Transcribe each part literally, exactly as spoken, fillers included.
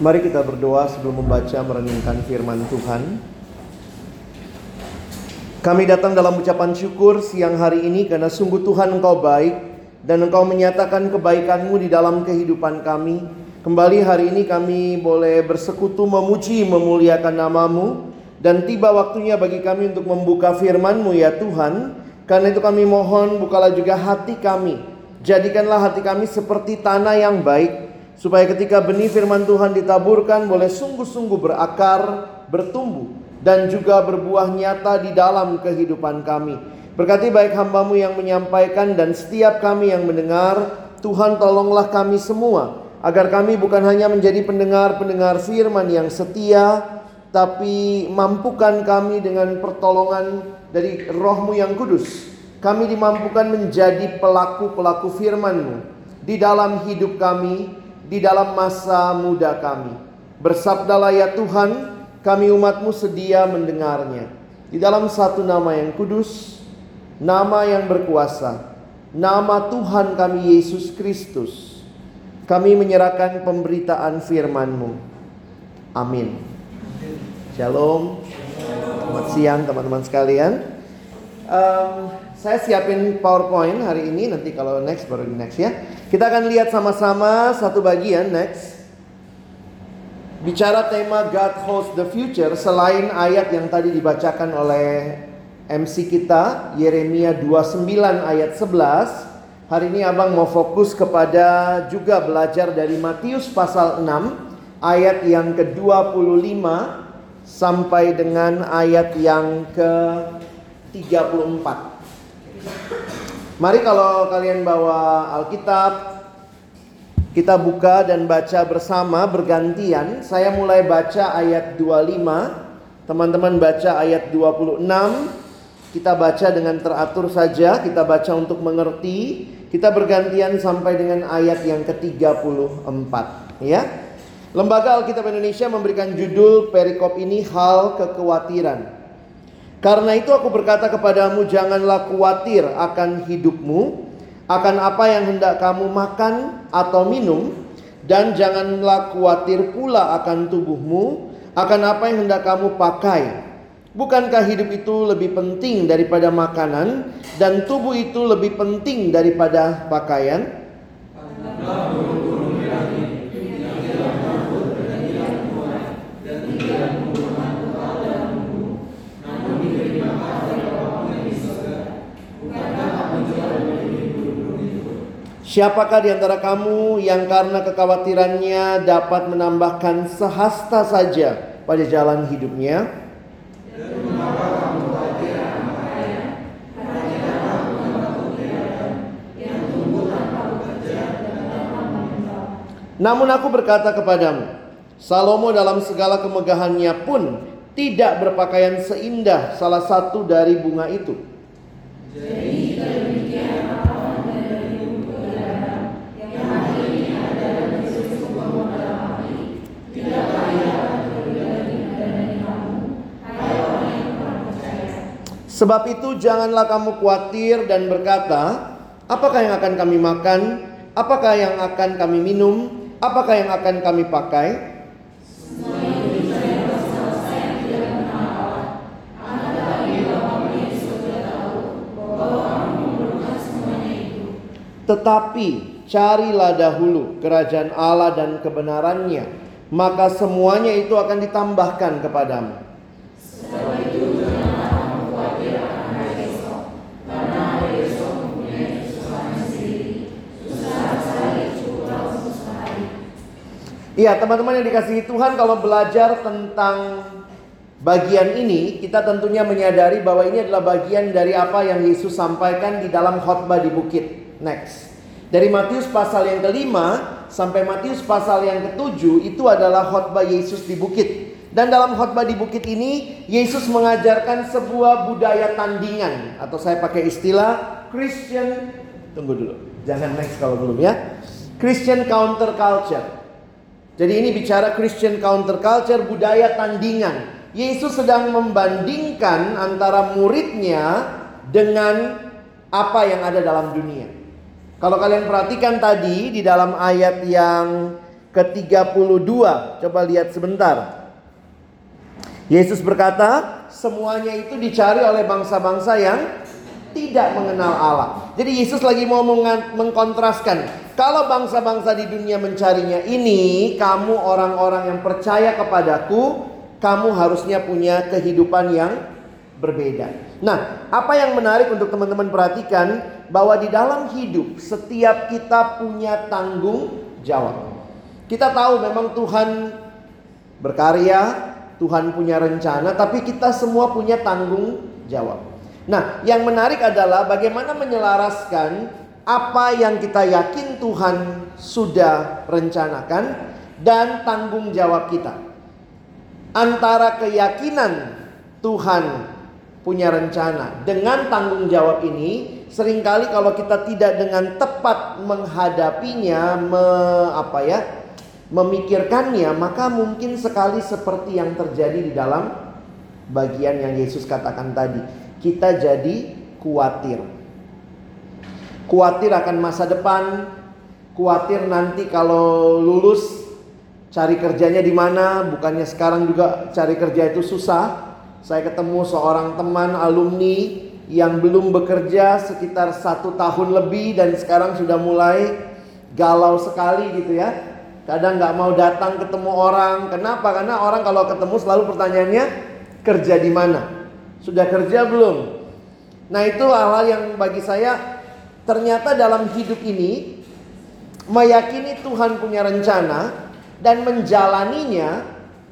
Mari kita berdoa sebelum membaca merenungkan firman Tuhan. Kami datang dalam ucapan syukur siang hari ini karena sungguh Tuhan Engkau baik dan Engkau menyatakan kebaikan-Mu di dalam kehidupan kami. Kembali hari ini kami boleh bersekutu memuji memuliakan nama-Mu, dan tiba waktunya bagi kami untuk membuka firman-Mu ya Tuhan. Karena itu kami mohon bukalah juga hati kami. Jadikanlah hati kami seperti tanah yang baik, supaya ketika benih firman Tuhan ditaburkan boleh sungguh-sungguh berakar, bertumbuh, dan juga berbuah nyata di dalam kehidupan kami. Berkati baik hamba-Mu yang menyampaikan dan setiap kami yang mendengar. Tuhan, tolonglah kami semua, agar kami bukan hanya menjadi pendengar-pendengar firman yang setia, tapi mampukan kami dengan pertolongan dari Roh-Mu yang kudus. Kami dimampukan menjadi pelaku-pelaku firman-Mu di dalam hidup kami, di dalam masa muda kami. Bersabdalah ya Tuhan, kami umat-Mu sedia mendengarnya. Di dalam satu nama yang kudus, nama yang berkuasa, nama Tuhan kami Yesus Kristus, kami menyerahkan pemberitaan firman-Mu. Amin. Shalom. Selamat siang teman-teman sekalian. um, Saya siapin PowerPoint hari ini. Nanti kalau next baru di next ya. Kita akan lihat sama-sama satu bagian next. Bicara tema God holds the future, selain ayat yang tadi dibacakan oleh M C kita, Yeremia dua puluh sembilan ayat sebelas. Hari ini abang mau fokus kepada juga belajar dari Matius pasal enam ayat yang ke dua puluh lima sampai dengan ayat yang ke tiga puluh empat. Mari kalau kalian bawa Alkitab, kita buka dan baca bersama bergantian. Saya mulai baca ayat dua puluh lima, teman-teman baca ayat dua puluh enam. Kita baca dengan teratur saja, kita baca untuk mengerti. Kita bergantian sampai dengan ayat yang ke tiga puluh empat, ya. Lembaga Alkitab Indonesia memberikan judul perikop ini hal kekhawatiran. Karena itu aku berkata kepadamu, janganlah khawatir akan hidupmu, akan apa yang hendak kamu makan atau minum, dan janganlah khawatir pula akan tubuhmu, akan apa yang hendak kamu pakai. Bukankah hidup itu lebih penting daripada makanan, dan tubuh itu lebih penting daripada pakaian? Siapakah di antara kamu yang karena kekhawatirannya dapat menambahkan sehasta saja pada jalan hidupnya? Namun aku berkata kepadamu, Salomo dalam segala kemegahannya pun tidak berpakaian seindah salah satu dari bunga itu. Jadi sebab itu janganlah kamu khawatir dan berkata, apakah yang akan kami makan? Apakah yang akan kami minum? Apakah yang akan kami pakai? Tetapi carilah dahulu kerajaan Allah dan kebenarannya, maka semuanya itu akan ditambahkan kepadamu. Iya, teman-teman yang dikasihi Tuhan, kalau belajar tentang bagian ini, kita tentunya menyadari bahwa ini adalah bagian dari apa yang Yesus sampaikan di dalam khotbah di bukit. Next. Dari Matius pasal yang kelima sampai Matius pasal yang ketujuh itu adalah khotbah Yesus di bukit. Dan dalam khotbah di bukit ini, Yesus mengajarkan sebuah budaya tandingan, atau saya pakai istilah Christian, tunggu dulu, jangan next kalau belum ya, Christian counter culture. Jadi ini bicara Christian counter culture, budaya tandingan. Yesus sedang membandingkan antara muridnya dengan apa yang ada dalam dunia. Kalau kalian perhatikan tadi di dalam ayat yang ke tiga puluh dua. Coba lihat sebentar. Yesus berkata, semuanya itu dicari oleh bangsa-bangsa yang tidak mengenal Allah. Jadi Yesus lagi mau mengkontraskan. Kalau bangsa-bangsa di dunia mencarinya ini, kamu orang-orang yang percaya kepadaku, kamu harusnya punya kehidupan yang berbeda. Nah, apa yang menarik untuk teman-teman perhatikan, bahwa di dalam hidup setiap kita punya tanggung jawab. Kita tahu memang Tuhan berkarya, Tuhan punya rencana, tapi kita semua punya tanggung jawab. Nah, yang menarik adalah bagaimana menyelaraskan apa yang kita yakin Tuhan sudah rencanakan dan tanggung jawab kita. Antara keyakinan Tuhan punya rencana dengan tanggung jawab ini, seringkali kalau kita tidak dengan tepat menghadapinya, me, apa ya, memikirkannya, maka mungkin sekali seperti yang terjadi di dalam bagian yang Yesus katakan tadi. Kita jadi khawatir. Khawatir akan masa depan, khawatir nanti kalau lulus cari kerjanya di mana. Bukannya sekarang juga cari kerja itu susah. Saya ketemu seorang teman alumni yang belum bekerja sekitar satu tahun lebih dan sekarang sudah mulai galau sekali gitu ya. Kadang nggak mau datang ketemu orang. Kenapa? Karena orang kalau ketemu selalu pertanyaannya, kerja di mana? Sudah kerja belum? Nah, itu hal-hal yang bagi saya ternyata dalam hidup ini, meyakini Tuhan punya rencana dan menjalaninya,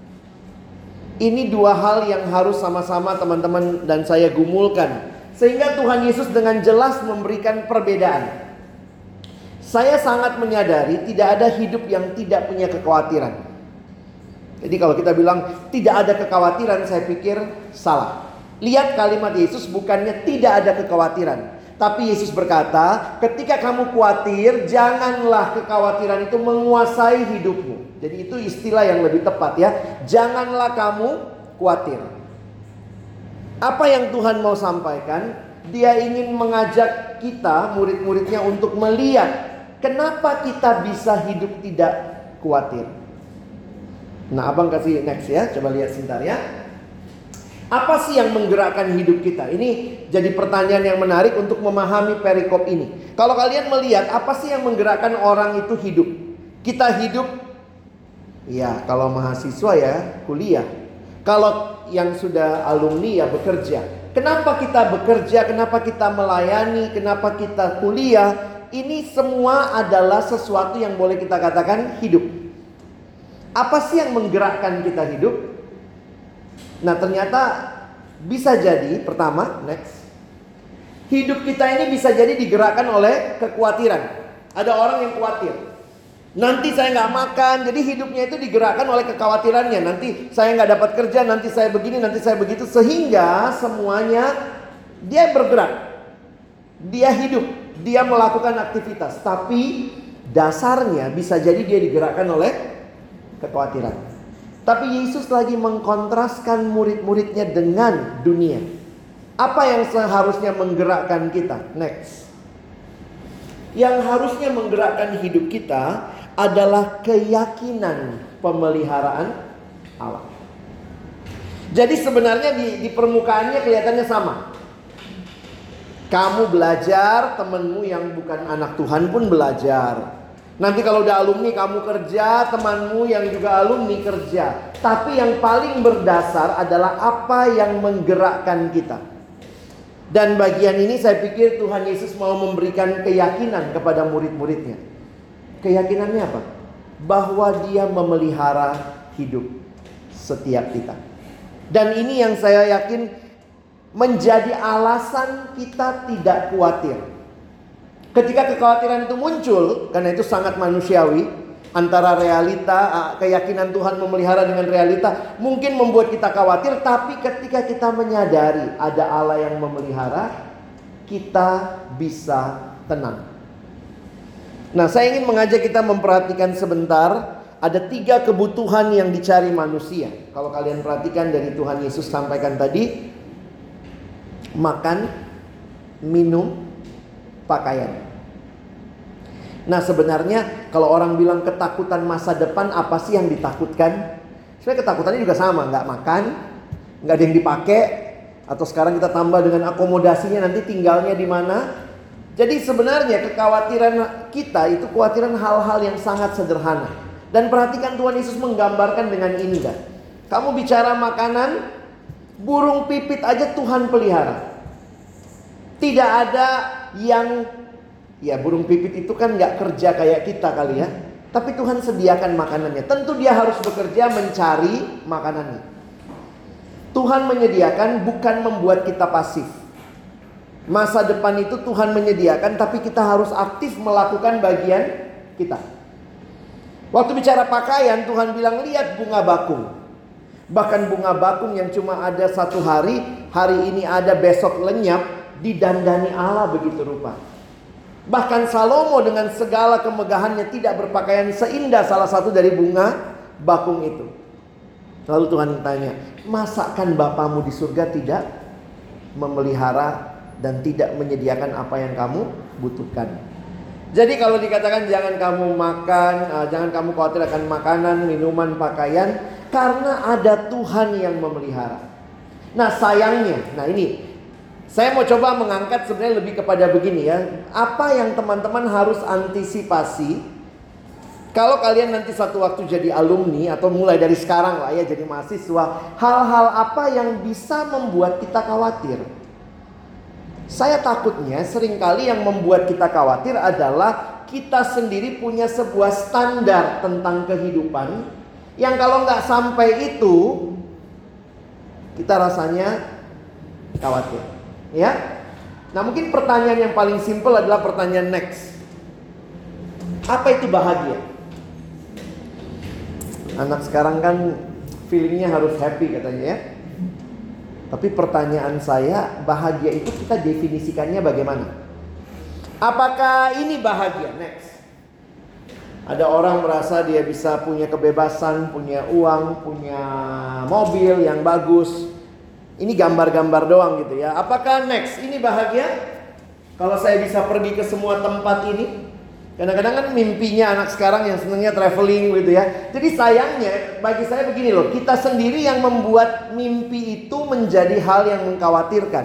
ini dua hal yang harus sama-sama teman-teman dan saya gumulkan. Sehingga Tuhan Yesus dengan jelas memberikan perbedaan. Saya sangat menyadari tidak ada hidup yang tidak punya kekhawatiran. Jadi kalau kita bilang tidak ada kekhawatiran, saya pikir salah. Lihat kalimat Yesus, bukannya tidak ada kekhawatiran, tapi Yesus berkata, ketika kamu khawatir, janganlah kekhawatiran itu menguasai hidupmu. Jadi itu istilah yang lebih tepat ya. Janganlah kamu khawatir. Apa yang Tuhan mau sampaikan? Dia ingin mengajak kita, murid-muridnya, untuk melihat kenapa kita bisa hidup tidak khawatir. Nah, abang kasih next ya. Coba lihat sebentar ya. Apa sih yang menggerakkan hidup kita? Ini jadi pertanyaan yang menarik untuk memahami perikop ini. Kalau kalian melihat, apa sih yang menggerakkan orang itu hidup? Kita hidup, ya kalau mahasiswa ya kuliah. Kalau yang sudah alumni ya bekerja. Kenapa kita bekerja? Kenapa kita melayani? Kenapa kita kuliah? Ini semua adalah sesuatu yang boleh kita katakan hidup. Apa sih yang menggerakkan kita hidup? Nah, ternyata bisa jadi, pertama, next, hidup kita ini bisa jadi digerakkan oleh kekhawatiran. Ada orang yang khawatir, nanti saya nggak makan, jadi hidupnya itu digerakkan oleh kekhawatirannya. Nanti saya nggak dapat kerja, nanti saya begini, nanti saya begitu. Sehingga semuanya dia bergerak, dia hidup, dia melakukan aktivitas. Tapi dasarnya bisa jadi dia digerakkan oleh kekhawatiran. Tapi Yesus lagi mengkontraskan murid-muridnya dengan dunia. Apa yang seharusnya menggerakkan kita? Next. Yang harusnya menggerakkan hidup kita adalah keyakinan pemeliharaan Allah. Jadi sebenarnya di, di permukaannya kelihatannya sama. Kamu belajar, temanmu yang bukan anak Tuhan pun belajar. Nanti kalau udah alumni kamu kerja, temanmu yang juga alumni kerja. Tapi yang paling berdasar adalah apa yang menggerakkan kita. Dan bagian ini saya pikir Tuhan Yesus mau memberikan keyakinan kepada murid-muridnya. Keyakinannya apa? Bahwa dia memelihara hidup setiap kita. Dan ini yang saya yakin menjadi alasan kita tidak khawatir. Ketika kekhawatiran itu muncul, karena itu sangat manusiawi, antara realita, keyakinan Tuhan memelihara dengan realita, mungkin membuat kita khawatir. Tapi ketika kita menyadari ada Allah yang memelihara, kita bisa tenang. Nah, saya ingin mengajak kita memperhatikan sebentar. Ada tiga kebutuhan yang dicari manusia. Kalau kalian perhatikan dari Tuhan Yesus sampaikan tadi, makan, minum, pakaian. Nah sebenarnya kalau orang bilang ketakutan masa depan, apa sih yang ditakutkan? Sebenarnya ketakutannya juga sama, nggak makan, nggak ada yang dipakai, atau sekarang kita tambah dengan akomodasinya nanti tinggalnya di mana. Jadi sebenarnya kekhawatiran kita itu kekhawatiran hal-hal yang sangat sederhana. Dan perhatikan Tuhan Yesus menggambarkan dengan ini kan. Kamu bicara makanan, burung pipit aja Tuhan pelihara. Tidak ada yang, ya burung pipit itu kan gak kerja kayak kita kali ya. Tapi Tuhan sediakan makanannya. Tentu dia harus bekerja mencari makanannya. Tuhan menyediakan, bukan membuat kita pasif. Masa depan itu Tuhan menyediakan, tapi kita harus aktif melakukan bagian kita. Waktu bicara pakaian, Tuhan bilang lihat bunga bakung. Bahkan bunga bakung yang cuma ada satu hari, hari ini ada, besok lenyap, didandani Allah begitu rupa. Bahkan Salomo dengan segala kemegahannya tidak berpakaian seindah salah satu dari bunga bakung itu. Lalu Tuhan tanya, masakan Bapamu di surga tidak memelihara dan tidak menyediakan apa yang kamu butuhkan? Jadi kalau dikatakan jangan kamu makan, uh, jangan kamu khawatir akan makanan, minuman, pakaian, karena ada Tuhan yang memelihara. Nah sayangnya, nah ini saya mau coba mengangkat sebenarnya lebih kepada begini ya. Apa yang teman-teman harus antisipasi kalau kalian nanti satu waktu jadi alumni, atau mulai dari sekarang lah ya jadi mahasiswa. Hal-hal apa yang bisa membuat kita khawatir? Saya takutnya seringkali yang membuat kita khawatir adalah kita sendiri punya sebuah standar tentang kehidupan yang kalau nggak sampai itu kita rasanya khawatir. Ya, nah mungkin pertanyaan yang paling simpel adalah pertanyaan next. Apa itu bahagia? Anak sekarang kan feelingnya harus happy katanya ya. Tapi pertanyaan saya, bahagia itu kita definisikannya bagaimana? Apakah ini bahagia? Next. Ada orang merasa dia bisa punya kebebasan, punya uang, punya mobil yang bagus. Ini gambar-gambar doang gitu ya. Apakah next ini bahagia? Kalau saya bisa pergi ke semua tempat ini. Kadang-kadang kan mimpinya anak sekarang yang senangnya traveling gitu ya. Jadi sayangnya bagi saya begini loh. Kita sendiri yang membuat mimpi itu menjadi hal yang mengkhawatirkan.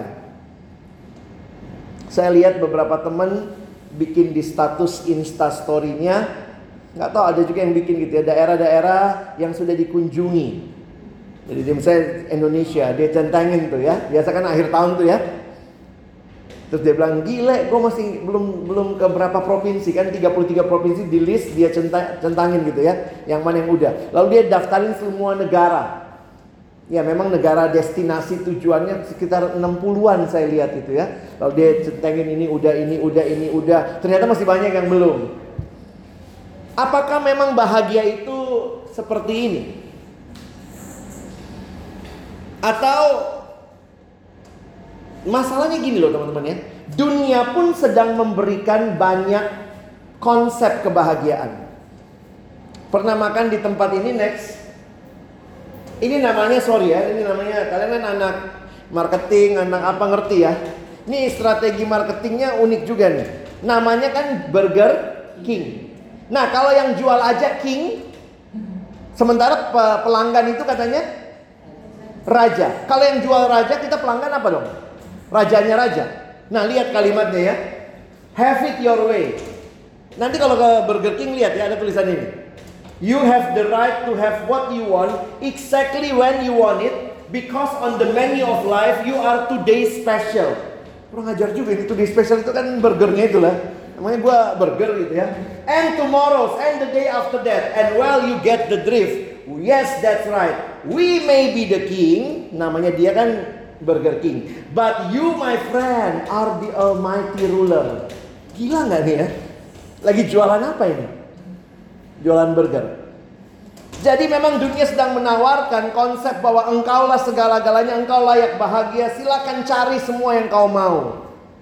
Saya lihat beberapa teman bikin di status Instastory-nya. Gak tahu ada juga yang bikin gitu ya. Daerah-daerah yang sudah dikunjungi. Jadi dia misalnya Indonesia, dia centangin tuh ya. Biasa kan akhir tahun tuh ya. Terus dia bilang, gile gue masih belum belum ke berapa provinsi kan, tiga puluh tiga provinsi di list dia centang, centangin gitu ya. Yang mana yang udah. Lalu dia daftarin semua negara. Ya memang negara destinasi tujuannya sekitar enam puluhan saya lihat itu ya. Lalu dia centangin ini udah, ini udah, ini udah. Ternyata masih banyak yang belum. Apakah memang bahagia itu seperti ini? Atau masalahnya gini loh teman-teman ya. Dunia pun sedang memberikan banyak konsep kebahagiaan. Pernah makan di tempat ini next? Ini namanya sorry ya. Ini namanya, kalian kan anak marketing, anak apa ngerti ya. Ini strategi marketingnya unik juga nih. Namanya kan Burger King. Nah kalau yang jual aja King, sementara pelanggan itu katanya raja. Kalau yang jual raja, kita pelanggan apa dong? Rajanya raja. Nah lihat kalimatnya ya. Have it your way. Nanti kalau ke Burger King lihat ya ada tulisan ini. You have the right to have what you want exactly when you want it, because on the menu of life you are today special. Kurang ajar juga ini today special itu kan burgernya itulah. Namanya gua burger gitu ya. And tomorrow's and the day after that. And well you get the drift. Yes, that's right. We may be the king. Namanya dia kan Burger King. But you my friend are the almighty ruler. Gila gak nih ya? Lagi jualan apa ini? Jualan burger. Jadi memang dunia sedang menawarkan konsep bahwa engkaulah segala-galanya, engkau layak bahagia. Silakan cari semua yang kau mau.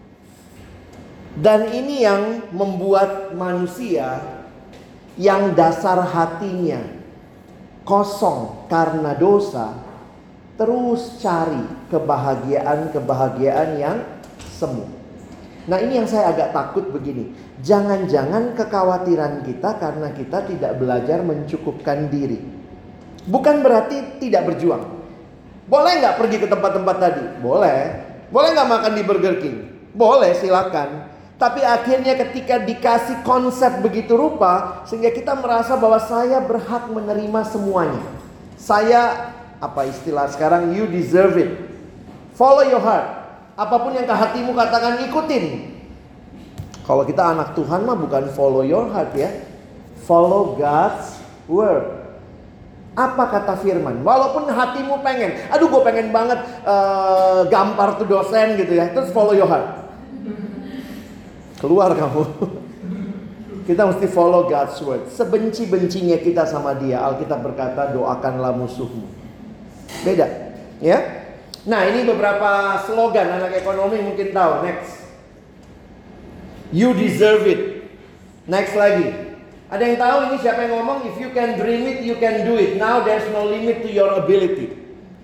Dan ini yang membuat manusia yang dasar hatinya kosong karena dosa, terus cari kebahagiaan-kebahagiaan yang semu. Nah, ini yang saya agak takut begini. Jangan-jangan kekhawatiran kita karena kita tidak belajar mencukupkan diri. Bukan berarti tidak berjuang. Boleh nggak pergi ke tempat-tempat tadi? Boleh. Boleh nggak makan di Burger King? Boleh, silakan. Tapi akhirnya ketika dikasih konsep begitu rupa, sehingga kita merasa bahwa saya berhak menerima semuanya. Saya, apa istilah sekarang, you deserve it. Follow your heart. Apapun yang ke hatimu katakan, ikutin. Kalau kita anak Tuhan mah bukan follow your heart ya. Follow God's word. Apa kata firman? Walaupun hatimu pengen, aduh gue pengen banget uh, gampar tuh dosen gitu ya. Terus follow your heart. Keluar kamu. Kita mesti follow God's word. Sebenci-bencinya kita sama dia, Alkitab berkata doakanlah musuhmu. Beda ya. Nah, ini beberapa slogan anak ekonomi mungkin tahu. Next. You deserve it. Next lagi. Ada yang tahu ini siapa yang ngomong? If you can dream it, you can do it. Now there's no limit to your ability.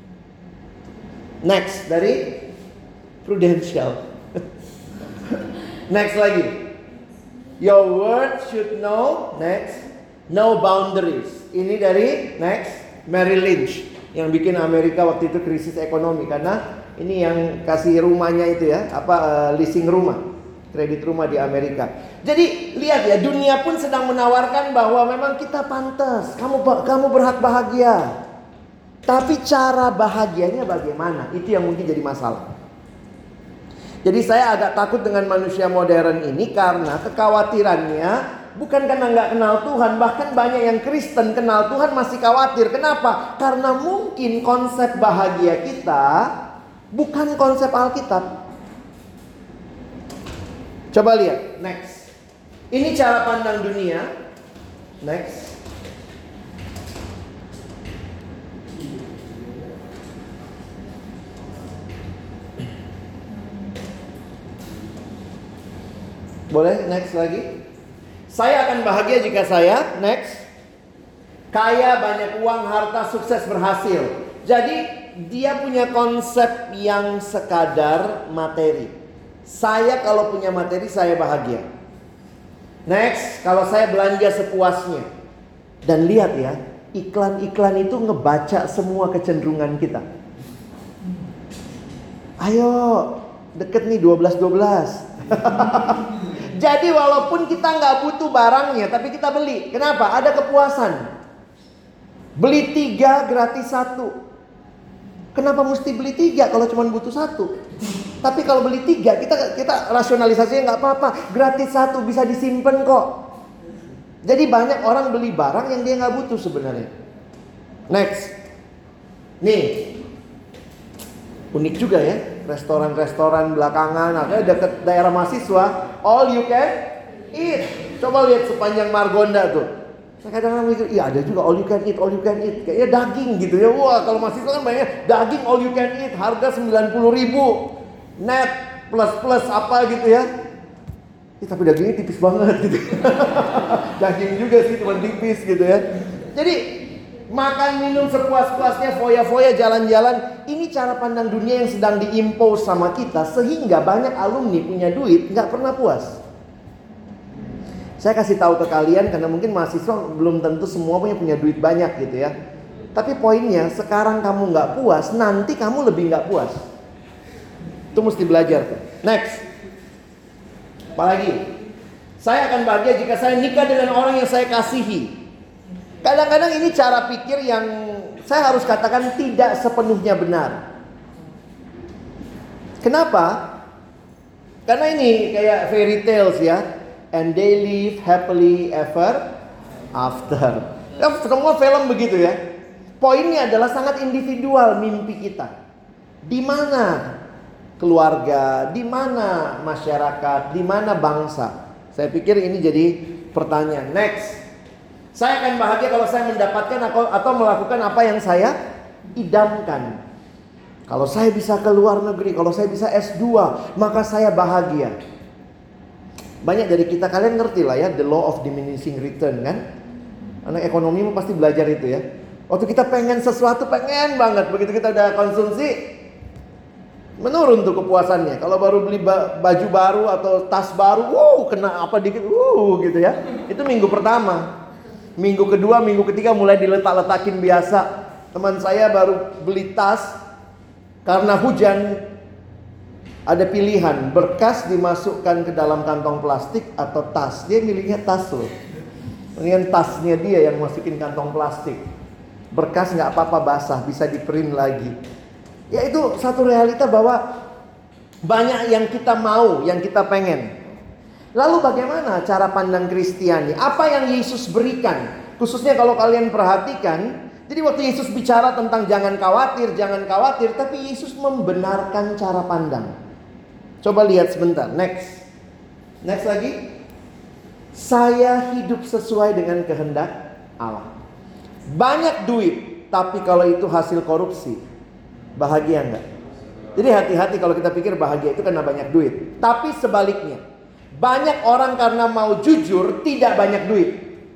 Next, dari Prudential. Next lagi. Your word should know. Next. No boundaries. Ini dari next Merrill Lynch. Yang bikin Amerika waktu itu krisis ekonomi. Karena ini yang kasih rumahnya itu ya. Apa uh, leasing rumah, kredit rumah di Amerika. Jadi lihat ya, dunia pun sedang menawarkan bahwa memang kita pantas, kamu kamu berhak bahagia. Tapi cara bahagianya bagaimana? Itu yang mungkin jadi masalah. Jadi saya agak takut dengan manusia modern ini karena kekhawatirannya bukan karena nggak kenal Tuhan. Bahkan banyak yang Kristen kenal Tuhan masih khawatir. Kenapa? Karena mungkin konsep bahagia kita bukan konsep Alkitab. Coba lihat, next. Ini cara pandang dunia. Next. Boleh next lagi? Saya akan bahagia jika saya, next, kaya, banyak uang, harta, sukses, berhasil. Jadi dia punya konsep yang sekadar materi. Saya kalau punya materi saya bahagia. Next, kalau saya belanja sepuasnya. Dan lihat ya, iklan-iklan itu ngebaca semua kecenderungan kita. Ayo, deket nih dua belas dua belas. Jadi walaupun kita nggak butuh barangnya, tapi kita beli. Kenapa? Ada kepuasan. Beli tiga gratis satu. Kenapa mesti beli tiga kalau cuma butuh satu? Tapi kalau beli tiga, kita kita rasionalisasinya nggak apa-apa. Gratis satu bisa disimpan kok. Jadi banyak orang beli barang yang dia nggak butuh sebenarnya. Next, nih unik juga ya. Restoran-restoran belakangan, nah, dekat daerah mahasiswa, all you can eat. Coba lihat sepanjang Margonda tuh. Saya kadang-kadang mikir, iya ada juga all you can eat, all you can eat. Kayaknya daging gitu ya. Wah, kalau mahasiswa kan banyak daging all you can eat, harga sembilan puluh ribu. Net plus plus apa gitu ya. Ya, tapi dagingnya tipis banget gitu. Daging juga sih, cuma tipis gitu ya. Jadi makan minum sepuas-puasnya, foya-foya, jalan-jalan. Ini cara pandang dunia yang sedang diimpose sama kita. Sehingga banyak alumni punya duit gak pernah puas. Saya kasih tahu ke kalian karena mungkin mahasiswa belum tentu semua punya punya duit banyak gitu ya. Tapi poinnya, sekarang kamu gak puas, nanti kamu lebih gak puas. Itu mesti belajar tuh. Next. Apalagi? Saya akan bahagia jika saya nikah dengan orang yang saya kasihi. Kadang-kadang ini cara pikir yang saya harus katakan tidak sepenuhnya benar. Kenapa? Karena ini kayak fairy tales ya. And they live happily ever after. Ya, semua film begitu ya. Poinnya adalah sangat individual mimpi kita. Di mana keluarga, di mana masyarakat, di mana bangsa. Saya pikir ini jadi pertanyaan. Next. Saya akan bahagia kalau saya mendapatkan atau melakukan apa yang saya idamkan. Kalau saya bisa ke luar negeri, kalau saya bisa S dua, maka saya bahagia. Banyak dari kita, kalian ngerti lah ya, the law of diminishing return kan? Anak ekonomi pasti belajar itu ya. Waktu kita pengen sesuatu, pengen banget. Begitu kita udah konsumsi, menurun tuh kepuasannya. Kalau baru beli baju baru atau tas baru, wow, kena apa dikit, wow gitu ya. Itu minggu pertama. Minggu kedua, minggu ketiga mulai diletak-letakin biasa. Teman saya baru beli tas, karena hujan, ada pilihan, berkas dimasukkan ke dalam kantong plastik atau tas. Dia milihnya tas loh. Kemudian tasnya dia yang masukin kantong plastik. Berkas nggak apa-apa basah, bisa di print lagi. Ya itu satu realita bahwa banyak yang kita mau, yang kita pengen. Lalu bagaimana cara pandang Kristiani? Apa yang Yesus berikan? Khususnya kalau kalian perhatikan, jadi waktu Yesus bicara tentang jangan khawatir, jangan khawatir, tapi Yesus membenarkan cara pandang. Coba lihat sebentar, next. Next lagi. Saya hidup sesuai dengan kehendak Allah. Banyak duit, tapi kalau itu hasil korupsi, bahagia enggak? Jadi hati-hati kalau kita pikir bahagia itu karena banyak duit. Tapi sebaliknya, banyak orang karena mau jujur tidak banyak duit.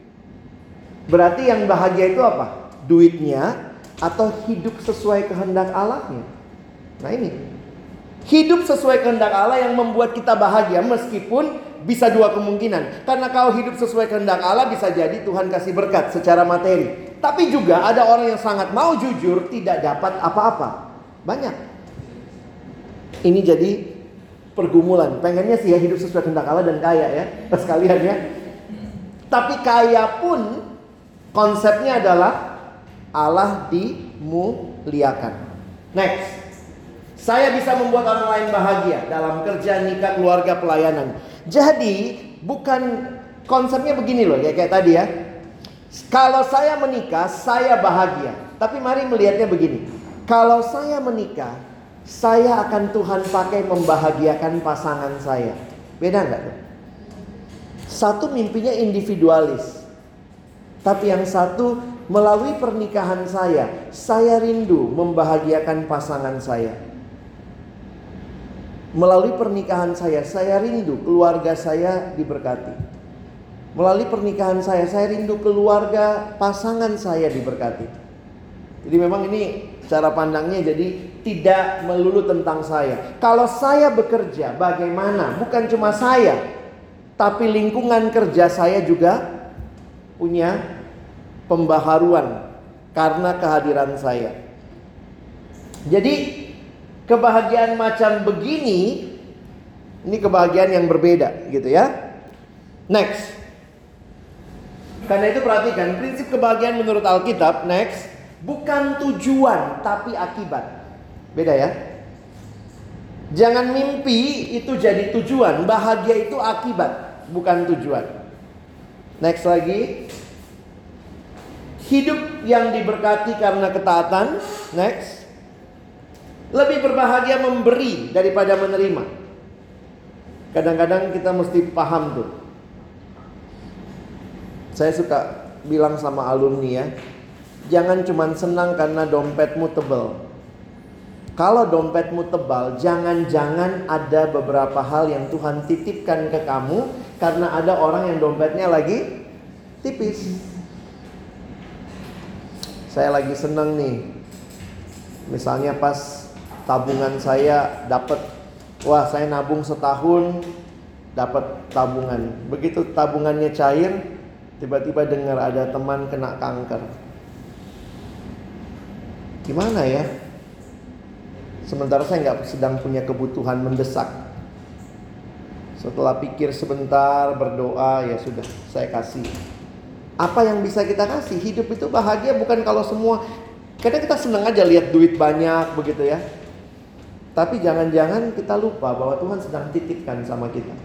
Berarti yang bahagia itu apa? Duitnya atau hidup sesuai kehendak Allahnya? Nah ini, hidup sesuai kehendak Allah yang membuat kita bahagia, meskipun bisa dua kemungkinan. Karena kalau hidup sesuai kehendak Allah, bisa jadi Tuhan kasih berkat secara materi. Tapi juga ada orang yang sangat mau jujur, tidak dapat apa-apa. Banyak. Ini jadi pergumulan. Pengennya sih ya hidup sesuai kehendak Allah dan kaya ya, sekalian ya. Tapi kaya pun konsepnya adalah Allah dimuliakan. Next. Saya bisa membuat orang lain bahagia dalam kerja, nikah, keluarga, pelayanan. Jadi bukan konsepnya begini loh, kayak, kayak tadi ya. Kalau saya menikah, saya bahagia. Tapi mari melihatnya begini. Kalau saya menikah, saya akan Tuhan pakai membahagiakan pasangan saya. Beda nggak tuh? Satu mimpinya individualis. Tapi yang satu melalui pernikahan saya, saya rindu membahagiakan pasangan saya. Melalui pernikahan saya, saya rindu keluarga saya diberkati. Melalui pernikahan saya, saya rindu keluarga pasangan saya diberkati. Jadi memang ini cara pandangnya jadi tidak melulu tentang saya. Kalau saya bekerja, bagaimana? Bukan cuma saya, tapi lingkungan kerja saya juga punya pembaharuan karena kehadiran saya. Jadi kebahagiaan macam begini, ini kebahagiaan yang berbeda gitu ya. Next. Karena itu perhatikan, prinsip kebahagiaan menurut Alkitab, next, bukan tujuan tapi akibat. Beda ya. Jangan mimpi itu jadi tujuan, bahagia itu akibat, bukan tujuan. Next lagi. Hidup yang diberkati karena ketaatan, next. Lebih berbahagia memberi daripada menerima. Kadang-kadang kita mesti paham tuh. Saya suka bilang sama alumni ya, jangan cuma senang karena dompetmu tebal. Kalau dompetmu tebal, jangan-jangan ada beberapa hal yang Tuhan titipkan ke kamu karena ada orang yang dompetnya lagi tipis. Saya lagi senang nih, misalnya pas tabungan saya dapat, wah saya nabung setahun dapat tabungan. Begitu tabungannya cair, tiba-tiba dengar ada teman kena kanker. Gimana ya? Sementara saya nggak sedang punya kebutuhan mendesak. Setelah pikir sebentar, berdoa, ya sudah saya kasih. Apa yang bisa kita kasih? Hidup itu bahagia bukan kalau semua. Kadang kita senang aja lihat duit banyak begitu ya. Tapi jangan-jangan kita lupa bahwa Tuhan sedang titipkan sama kita.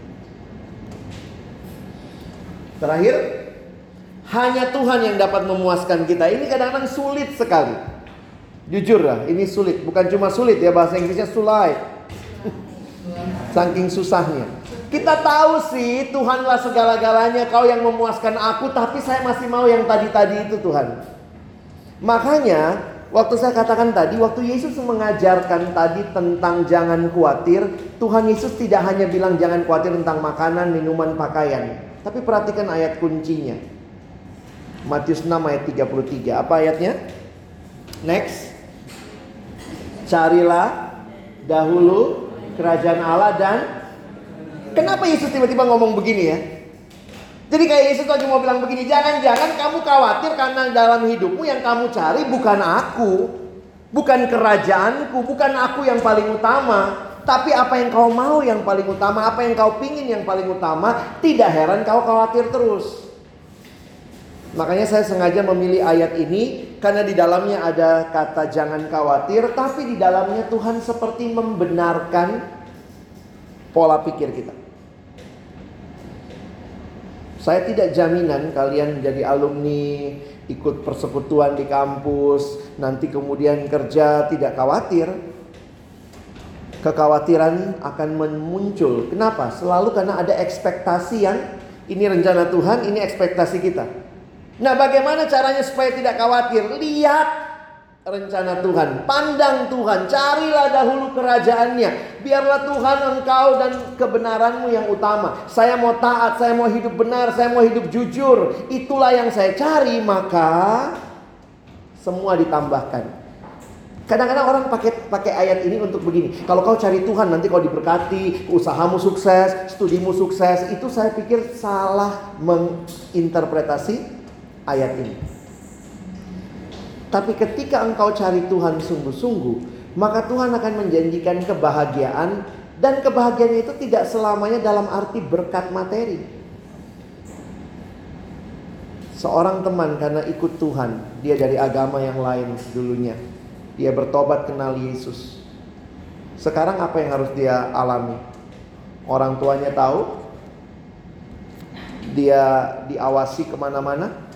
Terakhir, hanya Tuhan yang dapat memuaskan kita. Ini kadang-kadang sulit sekali. Jujur lah, ini sulit. Bukan cuma sulit ya, bahasa Inggrisnya sulai. Saking susahnya. Kita tahu sih Tuhanlah segala-galanya, Kau yang memuaskan aku, tapi saya masih mau yang tadi-tadi itu Tuhan. Makanya waktu saya katakan tadi, waktu Yesus mengajarkan tadi tentang jangan khawatir, Tuhan Yesus tidak hanya bilang jangan khawatir tentang makanan, minuman, pakaian. Tapi perhatikan ayat kuncinya. Matius enam ayat tiga puluh tiga. Apa ayatnya? Next. Carilah dahulu kerajaan Allah dan... Kenapa Yesus tiba-tiba ngomong begini ya? Jadi kayak Yesus lagi mau bilang begini, jangan-jangan kamu khawatir karena dalam hidupmu yang kamu cari bukan aku, bukan kerajaanku, bukan aku yang paling utama, tapi apa yang kau mau yang paling utama, apa yang kau pingin yang paling utama. Tidak heran kau khawatir terus. Makanya saya sengaja memilih ayat ini karena di dalamnya ada kata jangan khawatir, tapi di dalamnya Tuhan seperti membenarkan pola pikir kita. Saya tidak jaminan kalian jadi alumni, ikut persekutuan di kampus, nanti kemudian kerja tidak khawatir. Kekhawatiran akan muncul. Kenapa? Selalu karena ada ekspektasi yang ini rencana Tuhan, ini ekspektasi kita. Nah, bagaimana caranya supaya tidak khawatir? Lihat rencana Tuhan, pandang Tuhan, carilah dahulu kerajaannya. Biarlah Tuhan engkau dan kebenaranmu yang utama. Saya mau taat, saya mau hidup benar, saya mau hidup jujur. Itulah yang saya cari, maka semua ditambahkan. Kadang-kadang orang pakai pakai ayat ini untuk begini. Kalau kau cari Tuhan, nanti kau diberkati, usahamu sukses, studimu sukses. Itu saya pikir salah menginterpretasi ayat ini. Tapi ketika engkau cari Tuhan sungguh-sungguh, maka Tuhan akan menjanjikan kebahagiaan. Dan kebahagiaan itu tidak selamanya dalam arti berkat materi. Seorang teman karena ikut Tuhan, dia dari agama yang lain dulunya, dia bertobat kenal Yesus. Sekarang apa yang harus dia alami? Orang tuanya tahu, dia diawasi kemana-mana,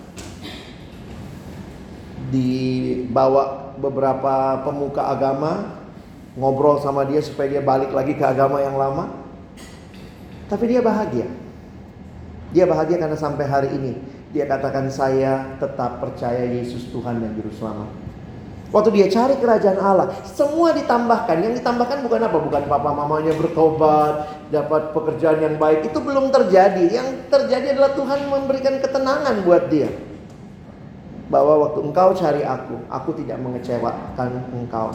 dibawa beberapa pemuka agama, ngobrol sama dia supaya dia balik lagi ke agama yang lama. Tapi dia bahagia. Dia bahagia karena sampai hari ini dia katakan, saya tetap percaya Yesus Tuhan dan Juru Selamat. Waktu dia cari kerajaan Allah, semua ditambahkan. Yang ditambahkan bukan apa? Bukan papa mamanya bertobat, dapat pekerjaan yang baik. Itu belum terjadi. Yang terjadi adalah Tuhan memberikan ketenangan buat dia. Bahwa waktu engkau cari aku, aku tidak mengecewakan engkau.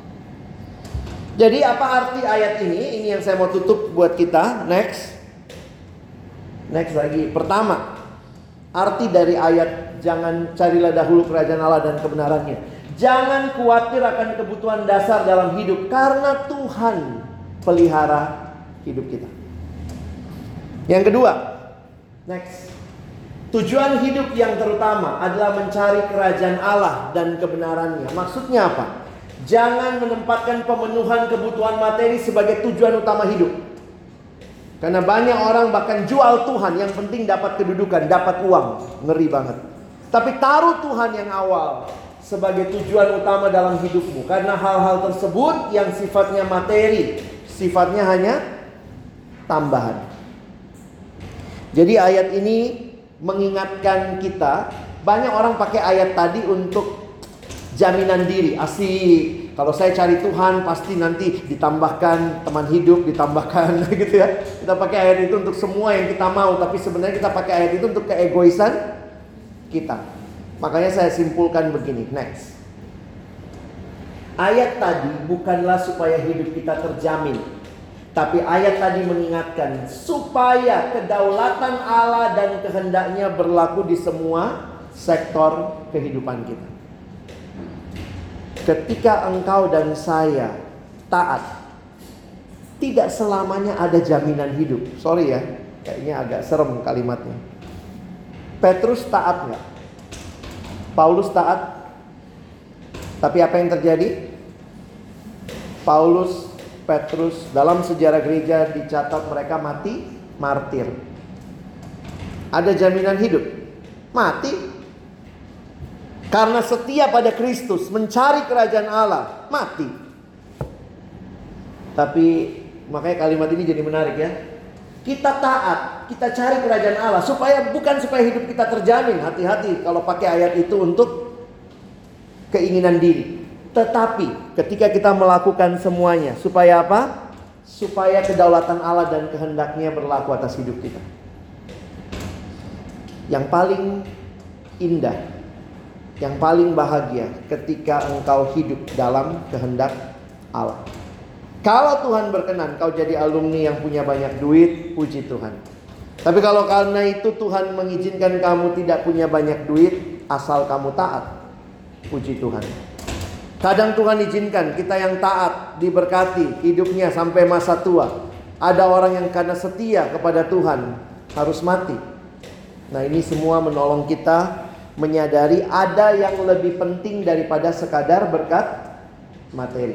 Jadi apa arti ayat ini? Ini yang saya mau tutup buat kita. Next. Next lagi. Pertama, arti dari ayat jangan carilah dahulu kerajaan Allah dan kebenarannya. Jangan khawatir akan kebutuhan dasar dalam hidup, karena Tuhan pelihara hidup kita. Yang kedua, next. Tujuan hidup yang terutama adalah mencari kerajaan Allah dan kebenarannya. Maksudnya apa? Jangan menempatkan pemenuhan kebutuhan materi sebagai tujuan utama hidup. Karena banyak orang bahkan jual Tuhan, yang penting dapat kedudukan, dapat uang. Ngeri banget. Tapi taruh Tuhan yang awal sebagai tujuan utama dalam hidupmu. Karena hal-hal tersebut yang sifatnya materi, sifatnya hanya tambahan. Jadi ayat ini mengingatkan kita, banyak orang pakai ayat tadi untuk jaminan diri. Asik, kalau saya cari Tuhan pasti nanti ditambahkan teman hidup, ditambahkan gitu ya. Kita pakai ayat itu untuk semua yang kita mau, tapi sebenarnya kita pakai ayat itu untuk keegoisan kita. Makanya saya simpulkan begini, next. Ayat tadi bukanlah supaya hidup kita terjamin, tapi ayat tadi mengingatkan supaya kedaulatan Allah dan kehendaknya berlaku di semua sektor kehidupan kita. Ketika engkau dan saya taat, tidak selamanya ada jaminan hidup. Sorry ya, kayaknya agak serem kalimatnya. Petrus taat nggak? Paulus taat? Tapi apa yang terjadi? Paulus, Petrus dalam sejarah gereja dicatat mereka mati martir. Ada jaminan hidup? Mati. Karena setia pada Kristus, mencari kerajaan Allah, mati. Tapi makanya kalimat ini jadi menarik ya. Kita taat, kita cari kerajaan Allah supaya bukan supaya hidup kita terjamin. Hati-hati kalau pakai ayat itu untuk keinginan diri. Tetapi ketika kita melakukan semuanya, supaya apa? Supaya kedaulatan Allah dan kehendaknya berlaku atas hidup kita. Yang paling indah, yang paling bahagia ketika engkau hidup dalam kehendak Allah. Kalau Tuhan berkenan kau jadi alumni yang punya banyak duit, puji Tuhan. Tapi kalau karena itu Tuhan mengizinkan kamu tidak punya banyak duit, asal kamu taat, puji Tuhan. Kadang Tuhan izinkan kita yang taat diberkati hidupnya sampai masa tua. Ada orang yang karena setia kepada Tuhan harus mati. Nah, ini semua menolong kita menyadari ada yang lebih penting daripada sekadar berkat materi.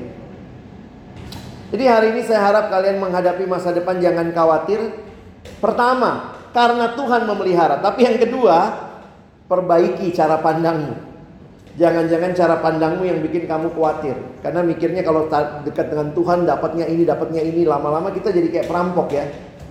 Jadi hari ini saya harap kalian menghadapi masa depan jangan khawatir. Pertama, karena Tuhan memelihara. Tapi yang kedua, perbaiki cara pandangmu. Jangan-jangan cara pandangmu yang bikin kamu khawatir. Karena mikirnya kalau dekat dengan Tuhan dapatnya ini, dapatnya ini. Lama-lama kita jadi kayak perampok ya.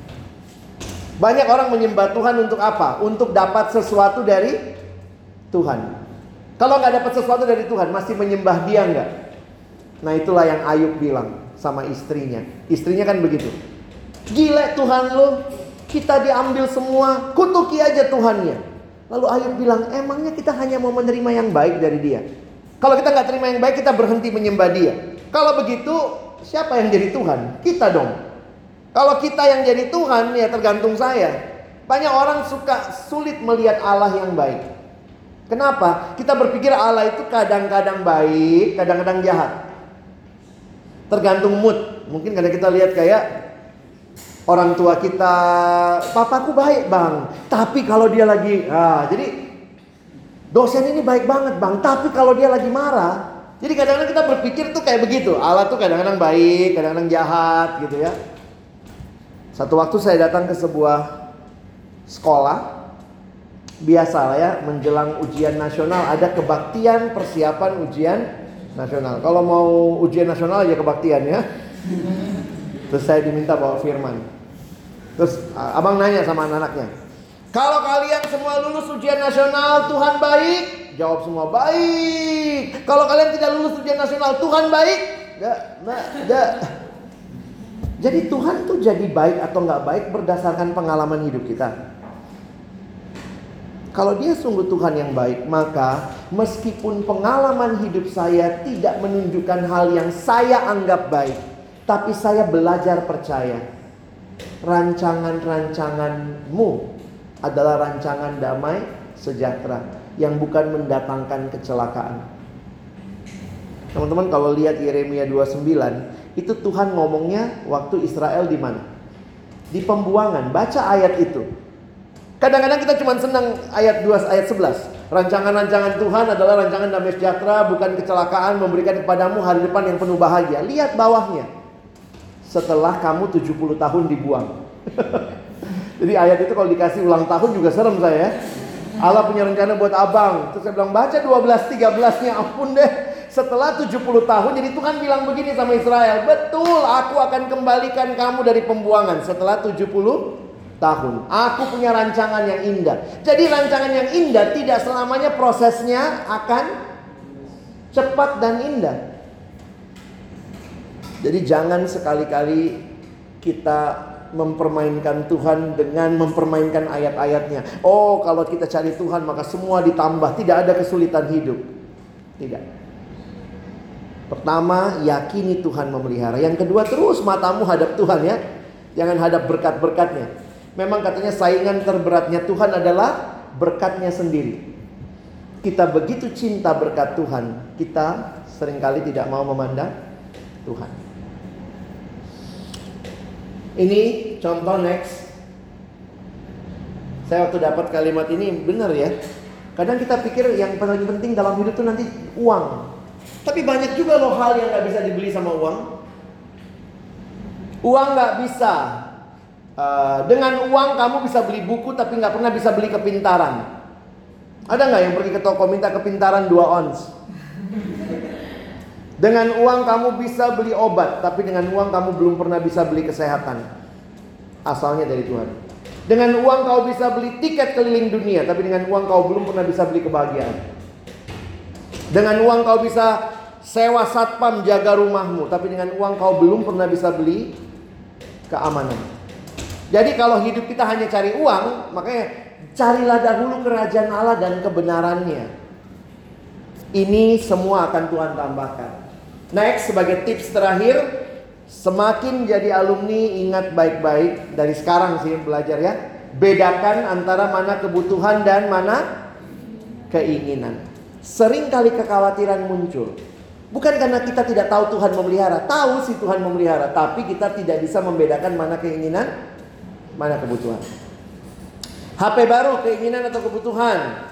Banyak orang menyembah Tuhan untuk apa? Untuk dapat sesuatu dari Tuhan. Kalau nggak dapat sesuatu dari Tuhan, masih menyembah dia nggak? Nah, itulah yang Ayub bilang sama istrinya. Istrinya kan begitu. Gila Tuhan lo, kita diambil semua, kutuki aja Tuhannya. Lalu Ayub bilang, emangnya kita hanya mau menerima yang baik dari dia? Kalau kita nggak terima yang baik, kita berhenti menyembah dia. Kalau begitu, siapa yang jadi Tuhan? Kita dong. Kalau kita yang jadi Tuhan, ya tergantung saya. Banyak orang suka sulit melihat Allah yang baik. Kenapa? Kita berpikir Allah itu kadang-kadang baik, kadang-kadang jahat. Tergantung mood. Mungkin kadang kita lihat kayak orang tua kita, papaku baik bang, tapi kalau dia lagi, ah, jadi dosen ini baik banget bang, tapi kalau dia lagi marah. Jadi kadang-kadang kita berpikir tuh kayak begitu. Allah tuh kadang-kadang baik, kadang-kadang jahat gitu ya. Satu waktu saya datang ke sebuah sekolah. Biasa lah ya, menjelang ujian nasional ada kebaktian persiapan ujian nasional. Kalau mau ujian nasional aja kebaktian ya. Terus saya diminta bawa firman. Terus abang nanya sama anak-anaknya, kalau kalian semua lulus ujian nasional, Tuhan baik? Jawab semua baik. Kalau kalian tidak lulus ujian nasional, Tuhan baik? Enggak, enggak, enggak. Jadi Tuhan tuh jadi baik atau nggak baik berdasarkan pengalaman hidup kita. Kalau dia sungguh Tuhan yang baik, maka meskipun pengalaman hidup saya tidak menunjukkan hal yang saya anggap baik, tapi saya belajar percaya. Rancangan-rancanganmu adalah rancangan damai sejahtera yang bukan mendatangkan kecelakaan. Teman-teman kalau lihat Yeremia dua puluh sembilan, itu Tuhan ngomongnya waktu Israel di mana? Di pembuangan. Baca ayat itu. Kadang-kadang kita cuma senang ayat dua, ayat sebelas. Rancangan-rancangan Tuhan adalah rancangan damai sejahtera, bukan kecelakaan, memberikan kepadamu hari depan yang penuh bahagia. Lihat bawahnya. Setelah kamu tujuh puluh tahun dibuang. Jadi ayat itu kalau dikasih ulang tahun juga serem saya. Allah punya rencana buat abang. Terus saya bilang baca dua belas, tiga belas-nya, ampun deh. Setelah tujuh puluh tahun, jadi Tuhan bilang begini sama Israel. Betul, aku akan kembalikan kamu dari pembuangan setelah tujuh puluh tahun. Aku punya rancangan yang indah. Jadi rancangan yang indah tidak selamanya prosesnya akan cepat dan indah. Jadi jangan sekali-kali kita mempermainkan Tuhan dengan mempermainkan ayat-ayatnya. Oh, kalau kita cari Tuhan maka semua ditambah, tidak ada kesulitan hidup. Tidak. Pertama, yakini Tuhan memelihara. Yang kedua, terus matamu hadap Tuhan ya. Jangan hadap berkat-berkatnya. Memang katanya saingan terberatnya Tuhan adalah berkatnya sendiri. Kita begitu cinta berkat Tuhan, kita seringkali tidak mau memandang Tuhan. Ini contoh next. Saya waktu dapat kalimat ini benar ya. Kadang kita pikir yang paling penting dalam hidup itu nanti uang. Tapi banyak juga loh hal yang gak bisa dibeli sama uang. Uang gak bisa. Uh, dengan uang kamu bisa beli buku tapi gak pernah bisa beli kepintaran. Ada gak yang pergi ke toko minta kepintaran dua ons? Dengan uang kamu bisa beli obat, tapi dengan uang kamu belum pernah bisa beli kesehatan. Asalnya dari Tuhan. Dengan uang kau bisa beli tiket keliling dunia, tapi dengan uang kau belum pernah bisa beli kebahagiaan. Dengan uang kau bisa sewa satpam jaga rumahmu, tapi dengan uang kau belum pernah bisa beli keamanan. Jadi kalau hidup kita hanya cari uang, makanya carilah dahulu kerajaan Allah dan kebenarannya. Ini semua akan Tuhan tambahkan. Next, sebagai tips terakhir, Semakin jadi alumni, ingat baik-baik dari sekarang sih belajar ya. Bedakan antara mana kebutuhan dan mana keinginan. Sering kali kekhawatiran muncul. Bukan karena kita tidak tahu Tuhan memelihara. Tahu sih Tuhan memelihara, tapi kita tidak bisa membedakan mana keinginan, mana kebutuhan. H P baru, keinginan atau kebutuhan?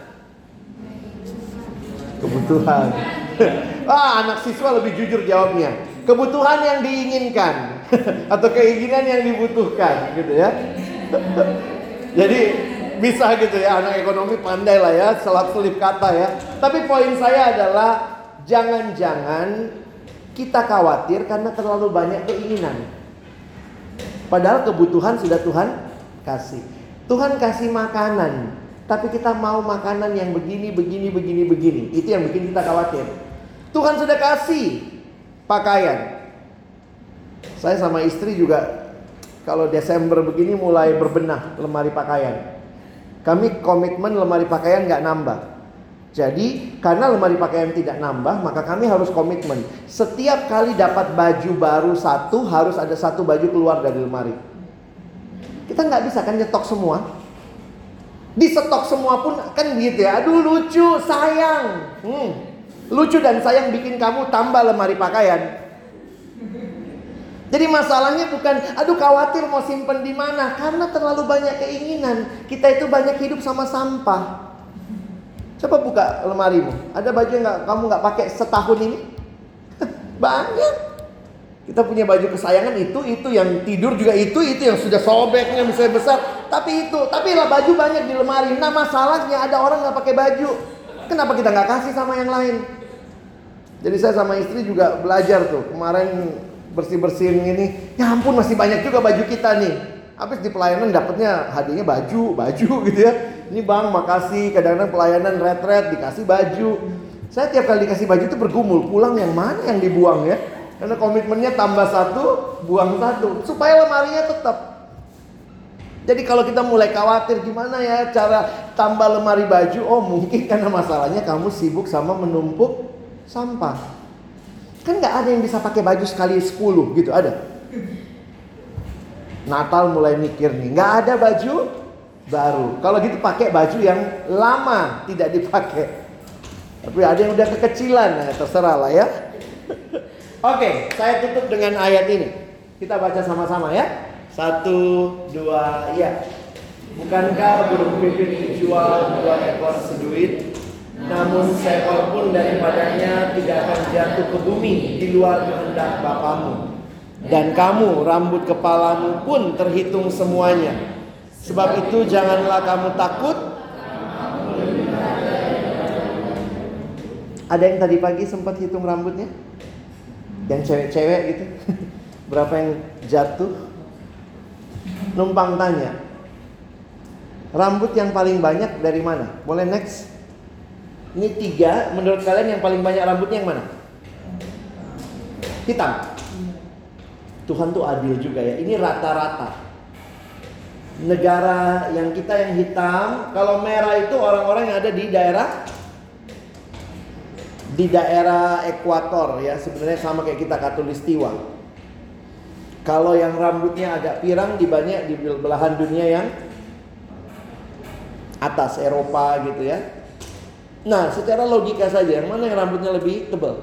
Kebutuhan. Ah, anak siswa lebih jujur jawabnya. Kebutuhan yang diinginkan atau keinginan yang dibutuhkan, gitu ya. Jadi bisa gitu ya, anak ekonomi pandai lah ya, selap-selip kata ya. Tapi poin saya adalah jangan-jangan kita khawatir karena terlalu banyak keinginan. Padahal kebutuhan sudah Tuhan kasih. Tuhan kasih makanan, tapi kita mau makanan yang begini, begini, begini, begini. Itu yang bikin kita khawatir. Tuhan sudah kasih pakaian. Saya sama istri juga kalau Desember begini mulai berbenah lemari pakaian. Kami komitmen lemari pakaian gak nambah. Jadi karena lemari pakaian tidak nambah, maka kami harus komitmen. Setiap kali dapat baju baru satu, harus ada satu baju keluar dari lemari. Kita gak bisa kan nyetok semua. Di stok semua pun kan gitu ya. Aduh lucu, sayang. Hmm. Lucu dan sayang bikin kamu tambah lemari pakaian. Jadi masalahnya bukan aduh khawatir mau simpen di mana, karena terlalu banyak keinginan. Kita itu banyak hidup sama sampah. Coba buka lemarimu. Ada baju yang gak, kamu nggak pakai setahun ini? Banyak. Kita punya baju kesayangan itu, itu yang tidur juga itu, itu yang sudah sobeknya misalnya besar. Tapi itu, tapi lah baju banyak di lemari. Nah masalahnya ada orang nggak pakai baju. Kenapa kita nggak kasih sama yang lain? Jadi saya sama istri juga belajar tuh kemarin bersih-bersihin ini. Ya ampun masih banyak juga baju kita nih. Habis di pelayanan dapatnya hadiahnya baju, baju gitu ya. Ini bang makasih, kadang-kadang pelayanan retret dikasih baju. Saya tiap kali dikasih baju itu bergumul, pulang yang mana yang dibuang ya. Karena komitmennya tambah satu, buang satu, supaya lemarinya tetap. Jadi kalau kita mulai khawatir gimana ya cara tambah lemari baju, oh mungkin karena masalahnya kamu sibuk sama menumpuk sampah. Kan gak ada yang bisa pakai baju sekali sepuluh gitu, ada? Natal mulai mikir nih, gak ada baju baru. Kalau gitu pakai baju yang lama tidak dipakai. Tapi ada yang udah kekecilan, nah, terserah lah ya. Oke, saya tutup dengan ayat ini. Kita baca sama-sama ya. Satu, dua, ya. Bukankah burung pipit dijual dua ekor seduit? Namun seekor pun daripadanya tidak akan jatuh ke bumi di luar kehendak Bapamu. Dan kamu, rambut kepalamu pun terhitung semuanya. Sebab itu janganlah kamu takut. Ada yang tadi pagi sempat hitung rambutnya? Yang cewek-cewek gitu. Berapa yang jatuh? Numpang tanya, rambut yang paling banyak dari mana? Boleh next? Ini tiga, menurut kalian yang paling banyak rambutnya yang mana? Hitam. Tuhan tuh adil juga ya. Ini rata-rata. Negara yang kita yang hitam, kalau merah itu orang-orang yang ada di daerah di daerah ekuator ya, sebenarnya sama kayak kita Katulistiwa. Kalau yang rambutnya agak pirang di banyak di belahan dunia yang atas, Eropa gitu ya. Nah, secara logika saja, yang mana yang rambutnya lebih tebal?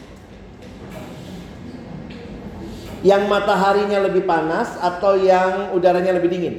Yang mataharinya lebih panas atau yang udaranya lebih dingin?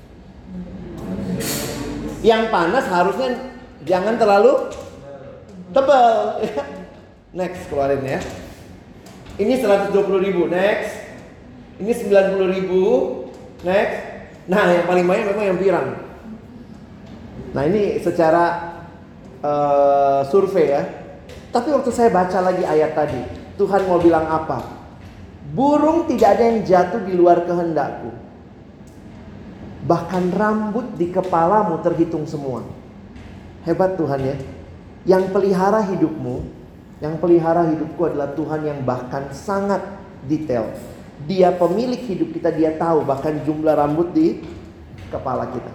Yang panas harusnya jangan terlalu tebal. Next, keluarin ya. Ini seratus dua puluh ribu, next. Ini sembilan puluh ribu, next. Nah, yang paling banyak memang yang pirang. Nah, ini secara uh, survei ya. Tapi waktu saya baca lagi ayat tadi, Tuhan mau bilang apa? Burung tidak ada yang jatuh di luar kehendakku. Bahkan rambut di kepalamu terhitung semua. Hebat Tuhan ya. Yang pelihara hidupmu, yang pelihara hidupku adalah Tuhan yang bahkan sangat detail. Dia pemilik hidup kita, dia tahu bahkan jumlah rambut di kepala kita.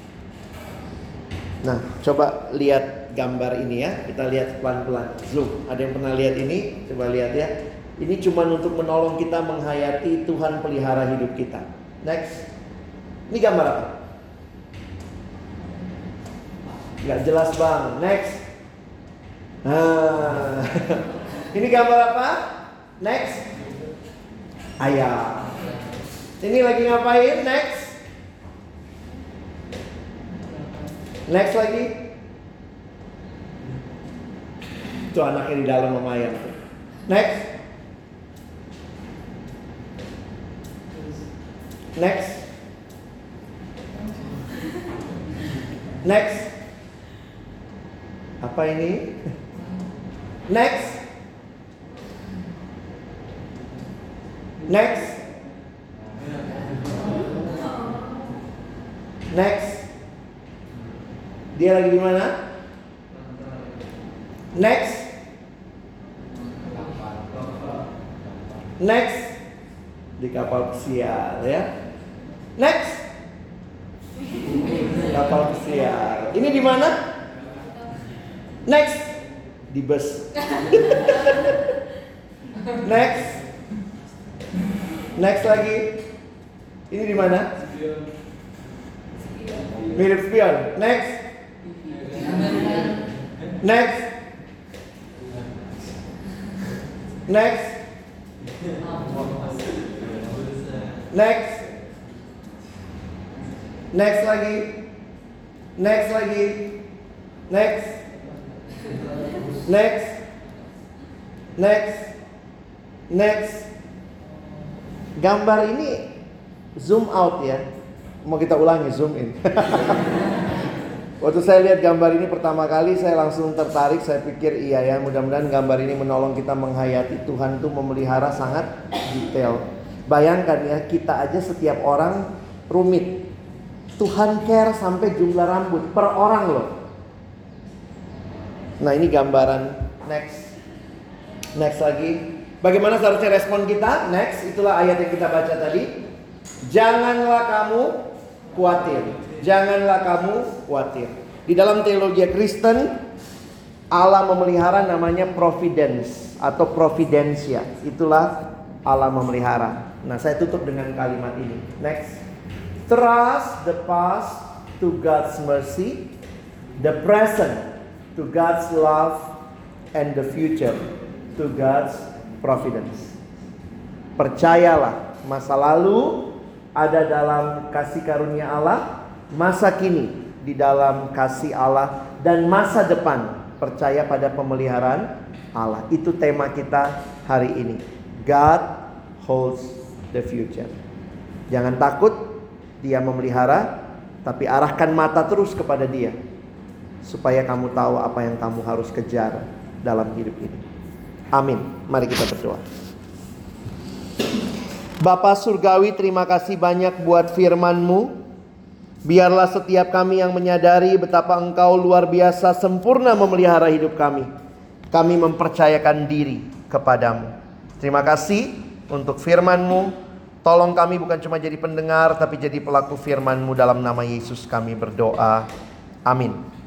Nah, coba lihat gambar ini ya. Kita lihat pelan-pelan. Zoom. Ada yang pernah lihat ini? Coba lihat ya. Ini cuma untuk menolong kita menghayati Tuhan pelihara hidup kita. Next. Ini gambar apa? Nggak jelas bang. Next. Nah. Ini gambar apa? Next. Ayam. Ini lagi ngapain? Next. Next lagi. Itu anaknya di dalam sama ayam. Next. Next. Next. Apa ini? Next. Next. Next. Dia lagi di mana? Next. Next. Di kapal pesiar ya. Next. Kapal pesiar. Ini di mana? Next. Di bus. Next. Next lagi. Ini di mana? Mirip spion. Next. Next. Next. Next. Next lagi. Next lagi. Next. Next. Next. Next. Gambar ini zoom out ya. Mau kita ulangi, zoom in. Waktu saya lihat gambar ini pertama kali, saya langsung tertarik. Saya pikir iya ya, mudah-mudahan gambar ini menolong kita menghayati Tuhan itu memelihara sangat detail. Bayangkan ya, kita aja setiap orang rumit. Tuhan care sampai jumlah rambut per orang loh. Nah ini gambaran. Next. Next lagi. Bagaimana seharusnya respon kita? Next. Itulah ayat yang kita baca tadi. Janganlah kamu khawatir. Janganlah kamu khawatir. Di dalam teologi Kristen, Allah memelihara namanya providence atau providentia. Itulah Allah memelihara. Nah, saya tutup dengan kalimat ini. Next. Trust the past to God's mercy, the present to God's love, and the future to God's providence. Percayalah, masa lalu ada dalam kasih karunia Allah, masa kini di dalam kasih Allah, dan masa depan percaya pada pemeliharaan Allah. Itu tema kita hari ini. God holds the future. Jangan takut, Dia memelihara, tapi arahkan mata terus kepada Dia supaya kamu tahu apa yang kamu harus kejar dalam hidup ini. Amin. Mari kita berdoa. Bapa Surgawi, terima kasih banyak buat firman-Mu. Biarlah setiap kami yang menyadari betapa Engkau luar biasa sempurna memelihara hidup kami, kami mempercayakan diri kepadamu. Terima kasih untuk firman-Mu. Tolong kami bukan cuma jadi pendengar, tapi jadi pelaku firman-Mu. Dalam nama Yesus kami berdoa. Amin.